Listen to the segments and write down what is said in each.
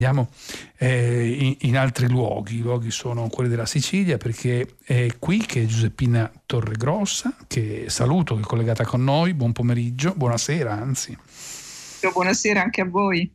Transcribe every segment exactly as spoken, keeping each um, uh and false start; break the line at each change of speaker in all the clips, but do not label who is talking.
Andiamo eh, in, in altri luoghi, i luoghi sono quelli della Sicilia, perché è qui che Giuseppina Torregrossa, che saluto, che è collegata con noi. Buon pomeriggio, buonasera anzi.
Buonasera anche a voi.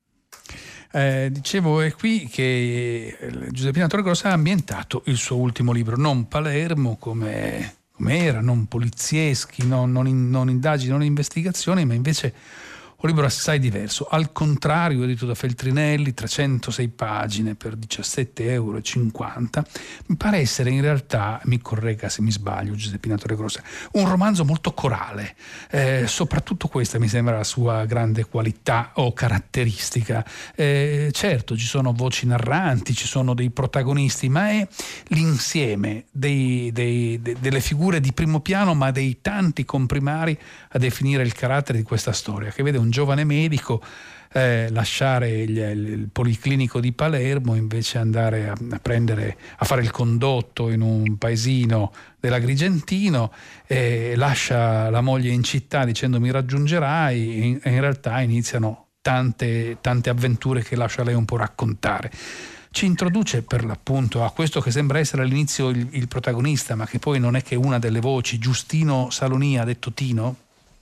Eh, dicevo, è qui che Giuseppina Torregrossa ha ambientato il suo ultimo libro, non Palermo come, come era, non polizieschi, non, non, in, non indagini, non investigazioni, ma invece un libro assai diverso, Al contrario, edito da Feltrinelli, trecentosei pagine per diciassette virgola cinquanta euro. Mi pare essere in realtà, mi corregga se mi sbaglio Giuseppina Torregrossa, un romanzo molto corale, eh, soprattutto questa mi sembra la sua grande qualità o caratteristica. Eh, certo, ci sono voci narranti, ci sono dei protagonisti, ma è l'insieme dei, dei, de, delle figure di primo piano, ma dei tanti comprimari a definire il carattere di questa storia, che vede un giovane medico eh, lasciare il, il policlinico di Palermo, invece andare a, a prendere a fare il condotto in un paesino dell'Agrigentino, eh, lascia la moglie in città dicendo mi raggiungerai, e in, e in realtà iniziano tante, tante avventure che lascia lei un po' raccontare. Ci introduce per l'appunto a questo che sembra essere all'inizio il, il protagonista, ma che poi non è che una delle voci, Giustino Salonia, detto Tino.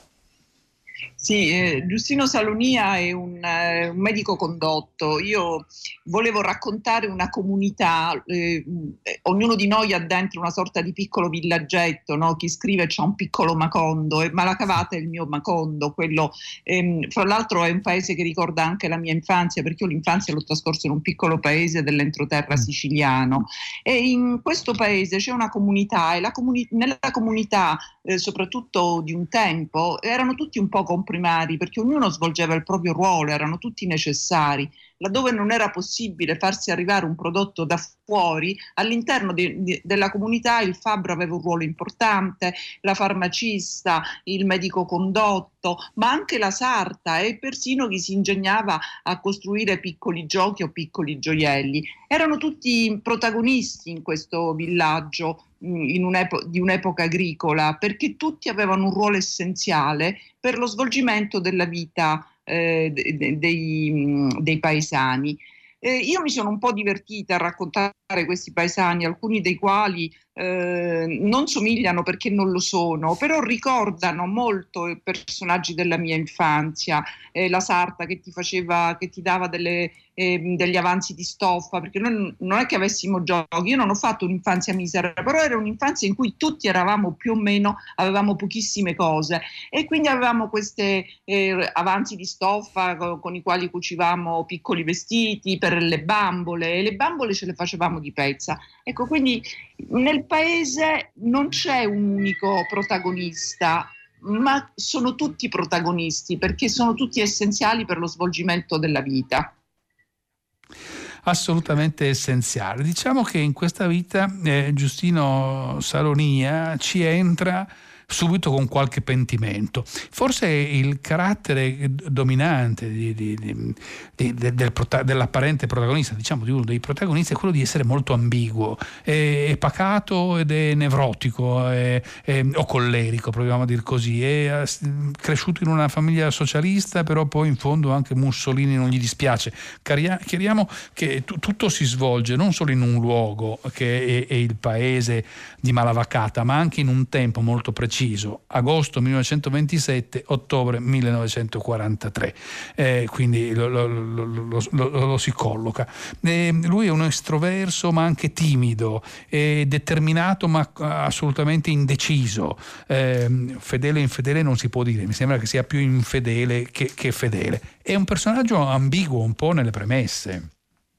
Sì, eh, Giustino Salonia è un, eh, un medico condotto. Io volevo raccontare una comunità, eh, ognuno di noi ha dentro una sorta di piccolo villaggetto, no? Chi scrive c'ha un piccolo Macondo, e Malacavata è il mio Macondo, quello, ehm, fra l'altro è un paese che ricorda anche la mia infanzia, perché io l'infanzia l'ho trascorsa in un piccolo paese dell'entroterra siciliano, e in questo paese c'è una comunità, e la comuni- nella comunità, eh, soprattutto di un tempo, erano tutti un po' comprimari, perché ognuno svolgeva il proprio ruolo, erano tutti necessari. Laddove non era possibile farsi arrivare un prodotto da fuori, all'interno di, di, della comunità il fabbro aveva un ruolo importante, la farmacista, il medico condotto, ma anche la sarta e persino chi si ingegnava a costruire piccoli giochi o piccoli gioielli. Erano tutti protagonisti in questo villaggio in un'epo- di un'epoca agricola, perché tutti avevano un ruolo essenziale per lo svolgimento della vita eh, de- dei, dei paesani. Eh, io mi sono un po' divertita a raccontare questi paesani, alcuni dei quali eh, non somigliano perché non lo sono, però ricordano molto i personaggi della mia infanzia, eh, la sarta che ti faceva, che ti dava delle, eh, degli avanzi di stoffa, perché noi non è che avessimo giochi, io non ho fatto un'infanzia misera, però era un'infanzia in cui tutti eravamo più o meno, avevamo pochissime cose, e quindi avevamo questi eh, avanzi di stoffa con, con i quali cucivamo piccoli vestiti per le bambole, e le bambole ce le facevamo di pezza. Ecco, quindi nel paese non c'è un unico protagonista, ma sono tutti protagonisti perché sono tutti essenziali per lo svolgimento della vita.
Assolutamente essenziale. Diciamo che in questa vita eh, Giustino Salonia ci entra subito con qualche pentimento. Forse il carattere dominante di, di, di, di, del, dell'apparente protagonista, diciamo di uno dei protagonisti, è quello di essere molto ambiguo, è, è pacato ed è nevrotico, è, è, o collerico, proviamo a dir così, è cresciuto in una famiglia socialista, però poi in fondo anche Mussolini non gli dispiace. Chiariamo che t- tutto si svolge non solo in un luogo che è, è il paese di Malavacata, ma anche in un tempo molto preciso, agosto millenovecentoventisette, ottobre millenovecentoquarantatré, eh, quindi lo, lo, lo, lo, lo, lo si colloca. Eh, lui è un estroverso ma anche timido, è determinato ma assolutamente indeciso, eh, fedele o infedele non si può dire, mi sembra che sia più infedele che, che fedele. È un personaggio ambiguo un po' nelle premesse.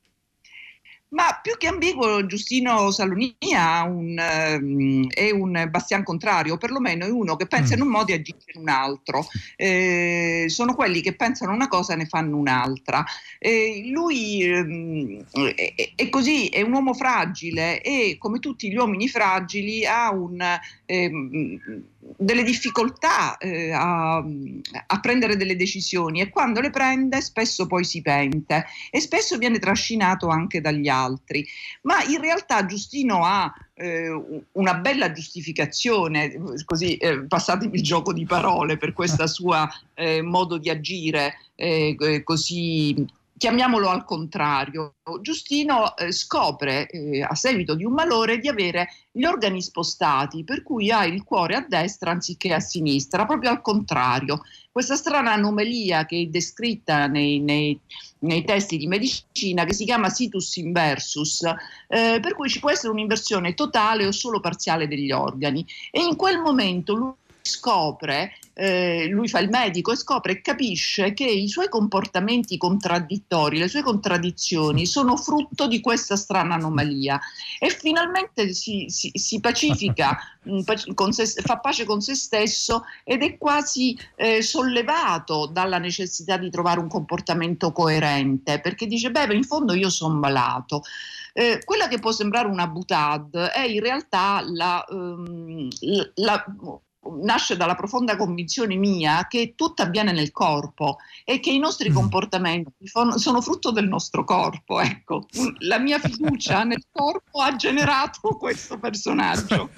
Ma più che ambiguo, Giustino Salonia un, um, è un bastian contrario, o perlomeno è uno che pensa
Mm.
in un modo e agisce in un altro. Eh, sono quelli che pensano una cosa e ne fanno un'altra. Eh, lui um, è, è così, è un uomo fragile e, come tutti gli uomini fragili, ha un, ehm, delle difficoltà eh, a, a prendere delle decisioni, e quando le prende spesso poi si pente e spesso viene trascinato anche dagli altri. Ma in realtà Giustino ha eh, una bella giustificazione, così eh, passatemi il gioco di parole, per questo suo eh, modo di agire eh, così chiamiamolo al contrario. Giustino eh, scopre eh, a seguito di un malore di avere gli organi spostati, per cui ha il cuore a destra anziché a sinistra, proprio al contrario. Questa strana anomalia che è descritta nei, nei, nei testi di medicina, che si chiama situs inversus, eh, per cui ci può essere un'inversione totale o solo parziale degli organi. E in quel momento lui scopre, eh, lui fa il medico e scopre e capisce che i suoi comportamenti contraddittori, le sue contraddizioni sono frutto di questa strana anomalia, e finalmente si, si, si pacifica, con se, fa pace con se stesso, ed è quasi eh, sollevato dalla necessità di trovare un comportamento coerente, perché dice: beh, in fondo io sono malato. Eh, quella che può sembrare una boutade è in realtà la, um, la, la nasce dalla profonda convinzione mia che tutto avviene nel corpo e che i nostri mm. comportamenti sono frutto del nostro corpo. Ecco, la mia fiducia nel corpo ha generato questo personaggio.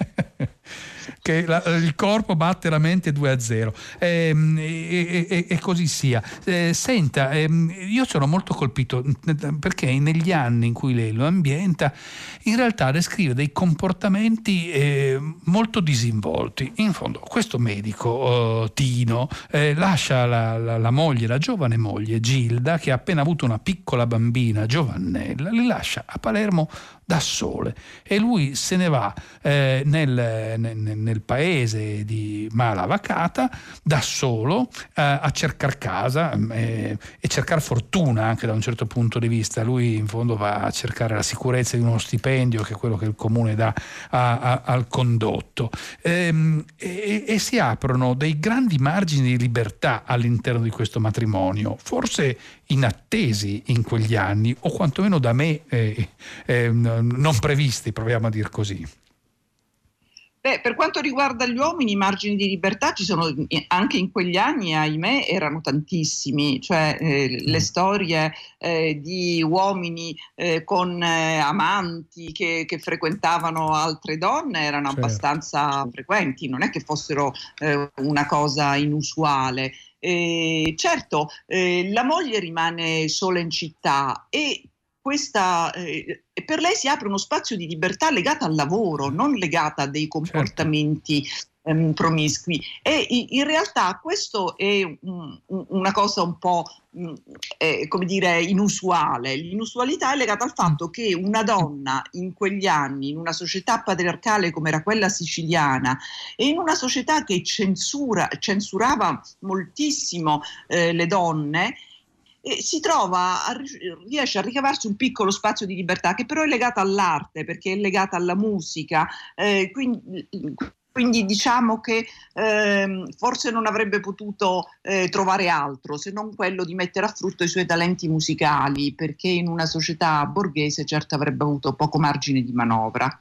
Che la, il corpo batte la mente due a zero, e, e, e, e così sia. Eh, senta, eh, io sono molto colpito perché negli anni in cui lei lo ambienta in realtà descrive dei comportamenti eh, molto disinvolti. In fondo questo medico eh, Tino eh, lascia la, la, la moglie, la giovane moglie Gilda, che ha appena avuto una piccola bambina Giovannella, li lascia a Palermo da sole, e lui se ne va eh, nel, nel, nel paese di Malavacata da solo eh, a cercare casa eh, e cercare fortuna anche da un certo punto di vista. Lui in fondo va a cercare la sicurezza di uno stipendio, che è quello che il comune dà a, a, al condotto, ehm, e, e si aprono dei grandi margini di libertà all'interno di questo matrimonio, forse inattesi in quegli anni, o quantomeno da me eh, eh, non previsti, proviamo a dir così.
Beh, per quanto riguarda gli uomini, i margini di libertà ci sono anche in quegli anni, ahimè, erano tantissimi, cioè eh, le storie eh, di uomini eh, con eh, amanti che, che frequentavano altre donne erano certo. abbastanza frequenti, non è che fossero eh, una cosa inusuale. Eh, certo, eh, la moglie rimane sola in città, e questa, eh, per lei si apre uno spazio di libertà legata al lavoro, non legata a dei comportamenti certo. ehm, promiscui. E in realtà questo è un, una cosa un po' eh, come dire inusuale. L'inusualità è legata al fatto che una donna in quegli anni, in una società patriarcale come era quella siciliana, e in una società che censura, censurava moltissimo eh, le donne, e si trova, a, riesce a ricavarsi un piccolo spazio di libertà, che però è legata all'arte, perché è legata alla musica, eh, quindi, quindi diciamo che eh, forse non avrebbe potuto eh, trovare altro se non quello di mettere a frutto i suoi talenti musicali, perché in una società borghese certo avrebbe avuto poco margine di manovra.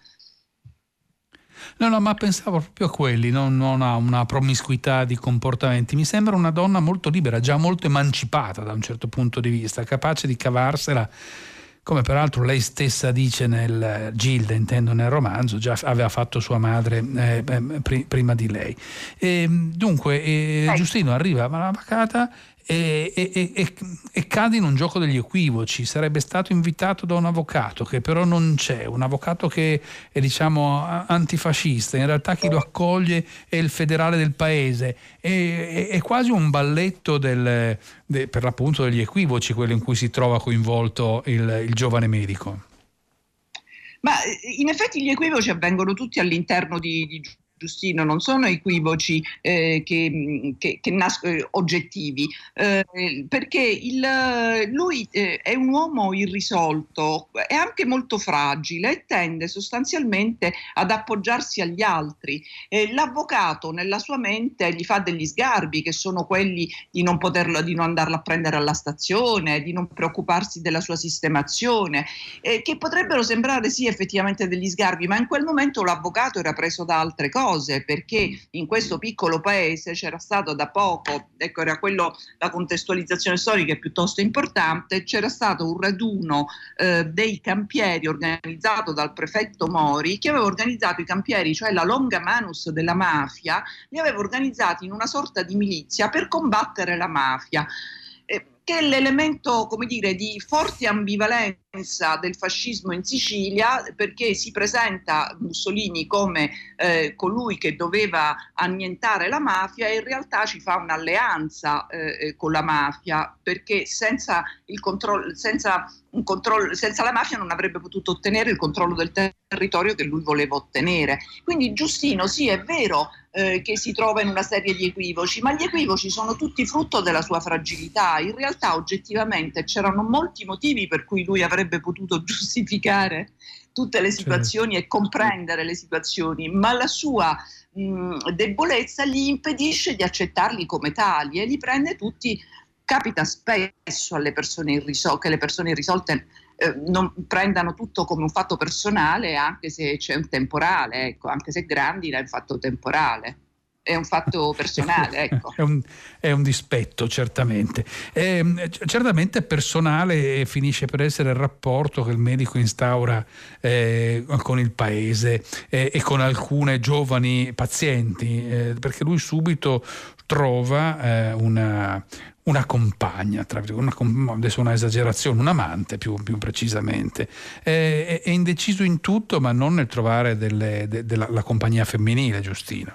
No, no, ma pensavo proprio a quelli, non, non a una promiscuità di comportamenti. Mi sembra una donna molto libera, già molto emancipata da un certo punto di vista, capace di cavarsela, come peraltro lei stessa dice nel Gilda, intendo nel romanzo, già aveva fatto sua madre eh, pr- prima di lei. E, dunque, eh, Giustino arriva a Malavacata E, e, e, e cade in un gioco degli equivoci. Sarebbe stato invitato da un avvocato che però non c'è, un avvocato che è diciamo antifascista, in realtà chi lo accoglie è il federale del paese. È, è, è quasi un balletto del, de, per l'appunto degli equivoci quello in cui si trova coinvolto il, il giovane medico.
Ma in effetti gli equivoci avvengono tutti all'interno di, di Giustino, non sono equivoci eh, che, che, che nascono eh, oggettivi, eh, perché il, lui eh, è un uomo irrisolto, è anche molto fragile e tende sostanzialmente ad appoggiarsi agli altri. Eh, l'avvocato nella sua mente gli fa degli sgarbi, che sono quelli di non poterlo, di non andarlo a prendere alla stazione, di non preoccuparsi della sua sistemazione, eh, che potrebbero sembrare sì effettivamente degli sgarbi, ma in quel momento l'avvocato era preso da altre cose, perché in questo piccolo paese c'era stato da poco, ecco, era quello, la contestualizzazione storica è piuttosto importante, c'era stato un raduno eh, dei campieri organizzato dal prefetto Mori, che aveva organizzato i campieri, cioè la longa manus della mafia, li aveva organizzati in una sorta di milizia per combattere la mafia. Eh, che è l'elemento, come dire, di forte ambivalenza del fascismo in Sicilia, perché si presenta Mussolini come eh, colui che doveva annientare la mafia e in realtà ci fa un'alleanza eh, con la mafia, perché senza il controllo, senza un controllo, senza la mafia non avrebbe potuto ottenere il controllo del territorio che lui voleva ottenere. Quindi Giustino, sì, è vero eh, che si trova in una serie di equivoci, ma gli equivoci sono tutti frutto della sua fragilità. In realtà oggettivamente c'erano molti motivi per cui lui avrebbe potuto giustificare tutte le situazioni certo. e comprendere le situazioni, ma la sua mh, debolezza gli impedisce di accettarli come tali e li prende tutti. Capita spesso alle persone irrisol- che le persone irrisolte eh, non prendano tutto come un fatto personale, anche se c'è un temporale, ecco, anche se Grandi è un fatto temporale, è un fatto personale, ecco.
È un, è un dispetto, certamente. È, certamente personale e finisce per essere il rapporto che il medico instaura eh, con il paese eh, e con alcune giovani pazienti, eh, perché lui subito trova eh, una una compagna, tra una, adesso una esagerazione, un amante più, più precisamente. È, è indeciso in tutto, ma non nel trovare delle, de, della, la compagnia femminile, Giustino.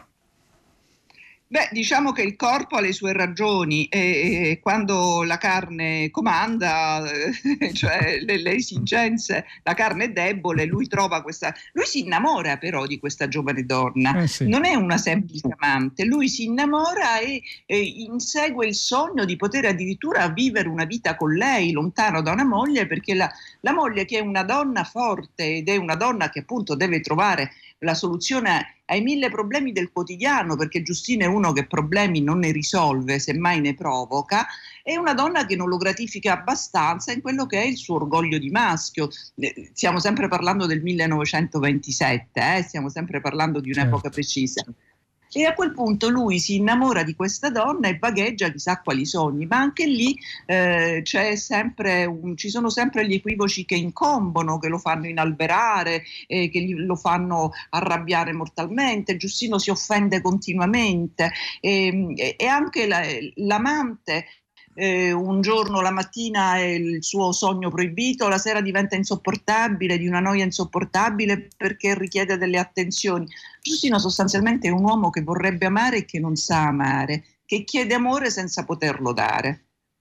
Beh, diciamo che il corpo ha le sue ragioni e, e quando la carne comanda, eh, cioè le, le esigenze, la carne è debole, lui trova questa, lui si innamora però di questa giovane donna,
eh sì.
non è una semplice amante, lui si innamora e, e insegue il sogno di poter addirittura vivere una vita con lei, lontano da una moglie, perché la, la moglie, che è una donna forte ed è una donna che appunto deve trovare la soluzione ai mille problemi del quotidiano, perché Giustino è uno che problemi non ne risolve, semmai ne provoca, è una donna che non lo gratifica abbastanza in quello che è il suo orgoglio di maschio. Eh, stiamo sempre parlando del millenovecentoventisette, eh? Stiamo sempre parlando di un'epoca
certo.
precisa. E a quel punto lui si innamora di questa donna e vagheggia chissà quali sogni, ma anche lì eh, c'è sempre un, ci sono sempre gli equivoci che incombono, che lo fanno inalberare, eh, che lo fanno arrabbiare mortalmente. Giustino si offende continuamente e, e anche la, l'amante. Eh, un giorno la mattina è il suo sogno proibito, la sera diventa insopportabile, di una noia insopportabile perché richiede delle attenzioni. Giustino sostanzialmente è un uomo che vorrebbe amare e che non sa amare, che chiede amore senza poterlo dare.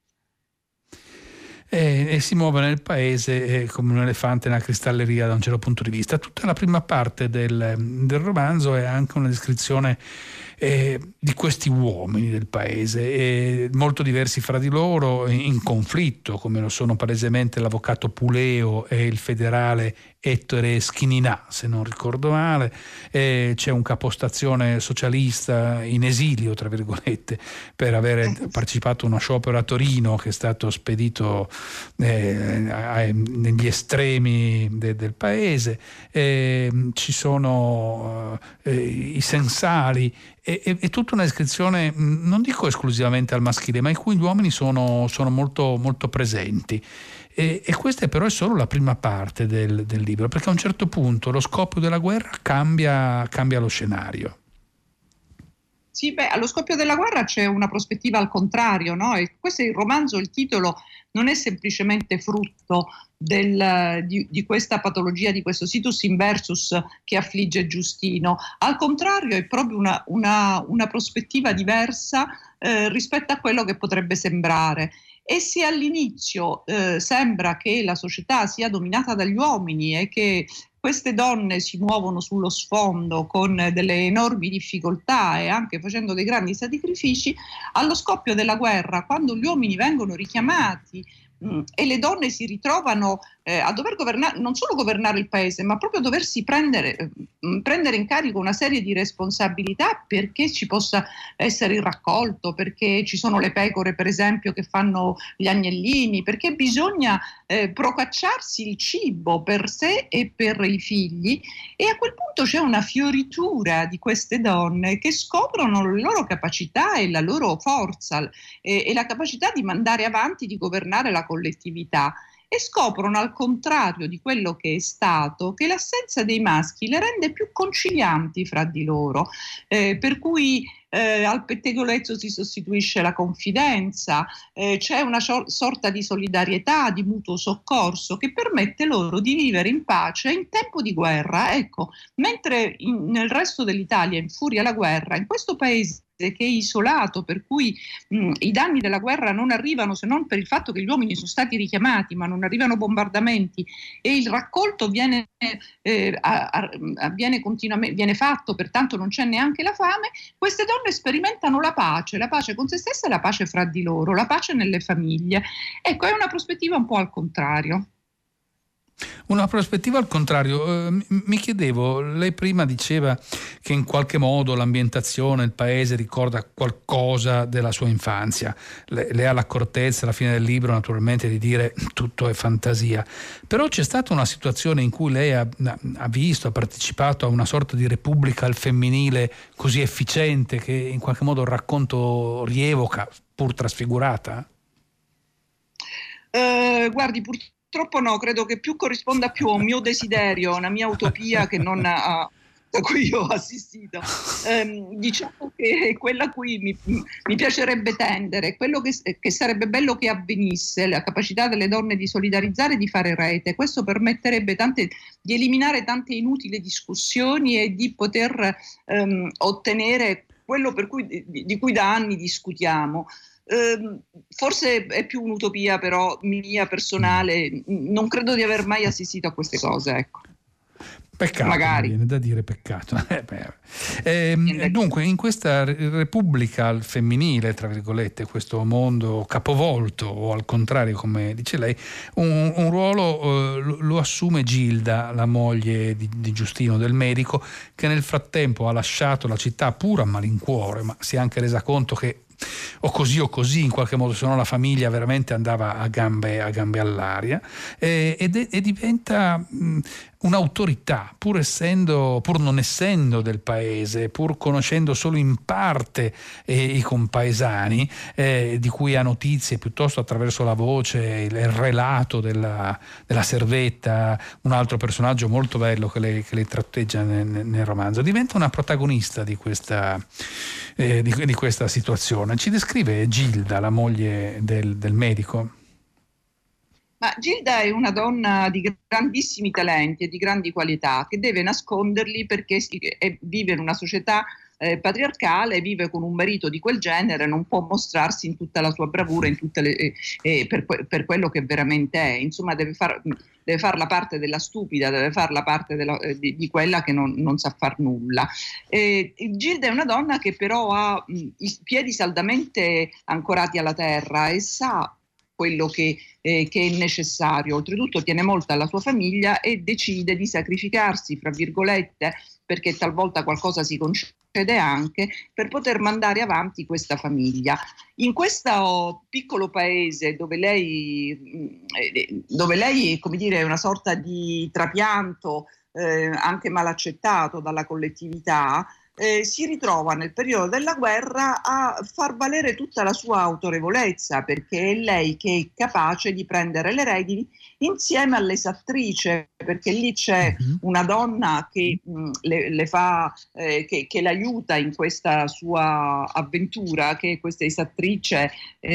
E, e si muove nel paese eh, come un elefante nella cristalleria da un certo punto di vista. Tutta la prima parte del, del romanzo è anche una descrizione eh, di questi uomini del paese, eh, molto diversi fra di loro, in conflitto, come lo sono palesemente l'avvocato Puleo e il federale Ettore Schininà, se non ricordo male. Eh, c'è un capostazione socialista in esilio, tra virgolette, per avere partecipato a uno sciopero a Torino che è stato spedito eh, negli estremi de, del paese. Eh, ci sono eh, i sensali e, e, e tutta una descrizione, non dico esclusivamente al maschile, ma in cui gli uomini sono, sono molto, molto presenti. E, e questa però è solo la prima parte del, del libro, perché a un certo punto lo scoppio della guerra cambia, cambia lo scenario.
Sì, beh, allo scoppio della guerra c'è una prospettiva al contrario, no? E questo è il romanzo, il titolo non è semplicemente frutto del, di, di questa patologia, di questo situs inversus che affligge Giustino. Al contrario, è proprio una, una, una prospettiva diversa eh, rispetto a quello che potrebbe sembrare. E se all'inizio eh, sembra che la società sia dominata dagli uomini e che queste donne si muovono sullo sfondo con delle enormi difficoltà e anche facendo dei grandi sacrifici, allo scoppio della guerra, quando gli uomini vengono richiamati mh, e le donne si ritrovano eh, a dover governare, non solo governare il paese, ma proprio doversi prendere, mh, prendere in carico una serie di responsabilità perché ci possa essere il raccolto, perché ci sono le pecore, per esempio, che fanno gli agnellini, perché bisogna eh, procacciarsi il cibo per sé e per i figli, e a quel punto c'è una fioritura di queste donne che scoprono le loro capacità e la loro forza e, e la capacità di mandare avanti, di governare la collettività, e scoprono, al contrario di quello che è stato, che l'assenza dei maschi le rende più concilianti fra di loro, eh, per cui eh, al pettegolezzo si sostituisce la confidenza, eh, c'è una cio- sorta di solidarietà, di mutuo soccorso che permette loro di vivere in pace in tempo di guerra. Ecco, mentre in, nel resto dell'Italia infuria la guerra, in questo paese che è isolato, per cui mh, i danni della guerra non arrivano se non per il fatto che gli uomini sono stati richiamati, ma non arrivano bombardamenti e il raccolto viene, eh, a, a, avviene continuamente, viene fatto, pertanto non c'è neanche la fame, queste donne sperimentano la pace, la pace con se stesse e la pace fra di loro, la pace nelle famiglie. Ecco, è una prospettiva un po' al contrario.
Una prospettiva al contrario. Eh, mi chiedevo, lei prima diceva che in qualche modo l'ambientazione, il paese ricorda qualcosa della sua infanzia. Le, lei ha l'accortezza alla fine del libro naturalmente di dire tutto è fantasia, però c'è stata una situazione in cui lei ha, ha visto, ha partecipato a una sorta di repubblica al femminile così efficiente che in qualche modo il racconto rievoca, pur trasfigurata?
Eh, guardi, purtroppo Purtroppo no, credo che più corrisponda più a un mio desiderio, a una mia utopia che non a, a cui io ho assistito. Eh, diciamo che è quella a cui mi, mi piacerebbe tendere, quello che, che sarebbe bello che avvenisse, la capacità delle donne di solidarizzare e di fare rete. Questo permetterebbe tante, di eliminare tante inutili discussioni e di poter ehm, ottenere quello per cui, di, di cui da anni discutiamo. Uh, forse è più un'utopia però mia personale, non credo di aver mai assistito a queste cose, ecco.
Peccato,
magari.
Viene da dire peccato. Eh, eh, dunque, in questa repubblica al femminile, tra virgolette, questo mondo capovolto, o al contrario, come dice lei, un, un ruolo eh, lo, lo assume Gilda, la moglie di, di Giustino, del medico, che nel frattempo ha lasciato la città pur a malincuore, ma si è anche resa conto che o così o così in qualche modo, se no la famiglia veramente andava a gambe, a gambe all'aria, eh, ed è, e diventa mh, un'autorità, pur essendo, pur non essendo del paese, pur conoscendo solo in parte eh, i compaesani, eh, di cui ha notizie piuttosto attraverso la voce, il, il relato della, della servetta, un altro personaggio molto bello che le, che le tratteggia nel, nel romanzo, diventa una protagonista di questa, eh, di, di questa situazione. Ci descrive Gilda, la moglie del, del medico?
Ma Gilda è una donna di grandissimi talenti e di grandi qualità che deve nasconderli perché vive in una società eh, patriarcale, vive con un marito di quel genere, non può mostrarsi in tutta la sua bravura, in tutte le, eh, eh, per, per quello che veramente è. Insomma, deve far, deve fare la parte della stupida, deve fare la parte della, eh, di, di quella che non, non sa far nulla. Eh, Gilda è una donna che però ha mh, i piedi saldamente ancorati alla terra e sa quello che, eh, che è necessario. Oltretutto tiene molto alla sua famiglia e decide di sacrificarsi, fra virgolette, perché talvolta qualcosa si concede anche, per poter mandare avanti questa famiglia. In questo piccolo paese dove lei, dove lei è, come dire, una sorta di trapianto eh, anche mal accettato dalla collettività, Eh, si ritrova nel periodo della guerra a far valere tutta la sua autorevolezza, perché è lei che è capace di prendere le redini insieme all'esattrice, perché lì c'è uh-huh. una donna che mh, le, le fa, eh, che, che l'aiuta in questa sua avventura, che è questa esattrice,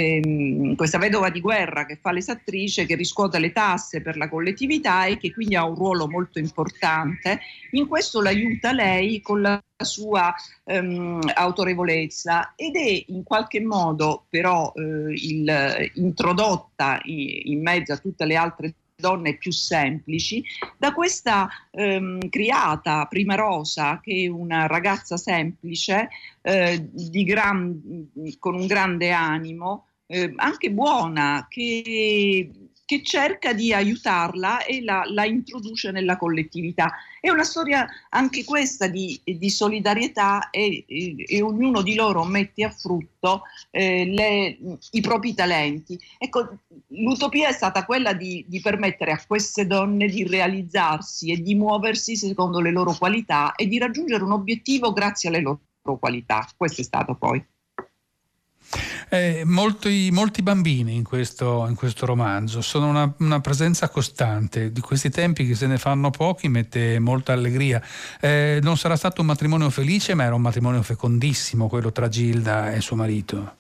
ehm, questa vedova di guerra che fa l'esattrice, che riscuote le tasse per la collettività e che quindi ha un ruolo molto importante. In questo l'aiuta lei con la sua ehm, autorevolezza ed è in qualche modo però eh, il, introdotta in, in mezzo a tutte le altre donne più semplici da questa ehm, criata prima Rosa, che è una ragazza semplice eh, di gran, con un grande animo, eh, anche buona, che che cerca di aiutarla e la, la introduce nella collettività. È una storia anche questa di, di solidarietà e, e, e ognuno di loro mette a frutto eh, le, i propri talenti. Ecco, l'utopia è stata quella di, di permettere a queste donne di realizzarsi e di muoversi secondo le loro qualità e di raggiungere un obiettivo grazie alle loro qualità. Questo è stato poi.
Eh, molti, molti bambini in questo, in questo romanzo sono una, una presenza costante. Di questi tempi che se ne fanno pochi mette molta allegria. Eh, non sarà stato un matrimonio felice, ma era un matrimonio fecondissimo quello tra Gilda e suo marito.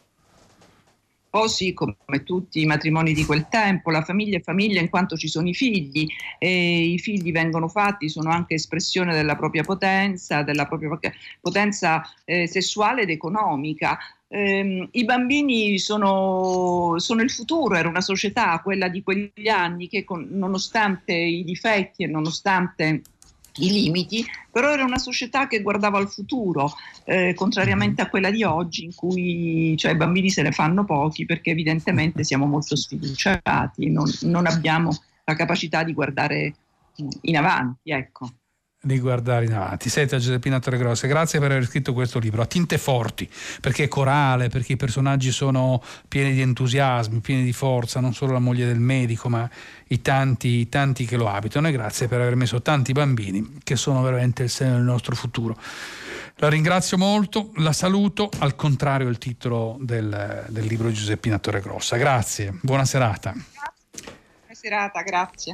Oh sì, come tutti i matrimoni di quel tempo, la famiglia è famiglia in quanto ci sono i figli, e i figli vengono fatti, sono anche espressione della propria potenza, della propria potenza eh, sessuale ed economica. Eh, I bambini sono, sono il futuro, era una società, quella di quegli anni, che con, nonostante i difetti e nonostante i limiti, però era una società che guardava al futuro, eh, contrariamente a quella di oggi, in cui cioè, i bambini se ne fanno pochi perché evidentemente siamo molto sfiduciati, non, non abbiamo la capacità di guardare in avanti, ecco.
Di guardare in avanti. Senta Giuseppina Torregrossa, grazie per aver scritto questo libro a tinte forti, perché è corale, perché i personaggi sono pieni di entusiasmi, pieni di forza, non solo la moglie del medico ma i tanti, i tanti che lo abitano, e grazie per aver messo tanti bambini che sono veramente il segno del nostro futuro. La ringrazio molto, la saluto, al contrario il titolo del, del libro di Giuseppina Torregrossa. Grazie, buona serata.
Buona serata, grazie.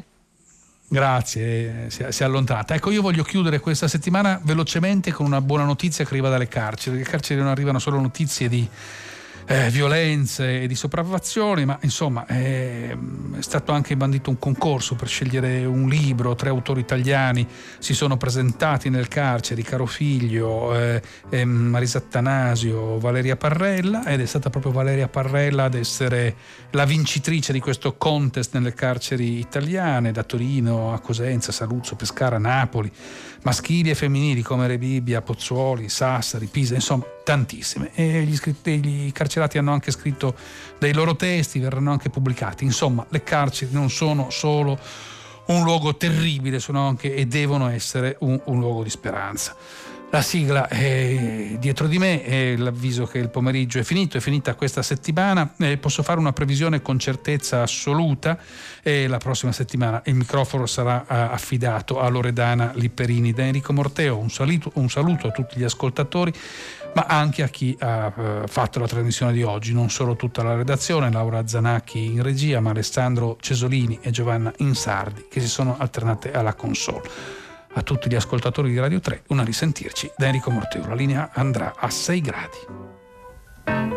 Grazie, si è, si è allontanata. Ecco, io voglio chiudere questa settimana velocemente con una buona notizia che arriva dalle carceri. Dalle carceri non arrivano solo notizie di eh, violenze e di sopraffazioni, ma insomma è, è stato anche bandito un concorso per scegliere un libro. Tre autori italiani si sono presentati nel carcere: Caro Figlio, eh, eh, Marisa Attanasio, Valeria Parrella, ed è stata proprio Valeria Parrella ad essere la vincitrice di questo contest nelle carceri italiane, da Torino a Cosenza, Saluzzo, Pescara, Napoli, maschili e femminili come Rebibbia, Pozzuoli, Sassari, Pisa, insomma tantissime. E gli, iscritti, gli carcerati hanno anche scritto dei loro testi, verranno anche pubblicati. Insomma, le carceri non sono solo un luogo terribile, sono anche e devono essere un, un luogo di speranza. La sigla è dietro di me, è l'avviso che il pomeriggio è finito, è finita questa settimana. Eh, posso fare una previsione con certezza assoluta, e la prossima settimana il microfono sarà eh, affidato a Loredana Lipperini. Da Enrico Morteo un saluto, un saluto a tutti gli ascoltatori, ma anche a chi ha eh, fatto la trasmissione di oggi, non solo tutta la redazione, Laura Zanacchi in regia, ma Alessandro Cesolini e Giovanna Insardi che si sono alternate alla console. A tutti gli ascoltatori di Radio tre, una risentirci da Enrico Morteo. La linea andrà a sei gradi.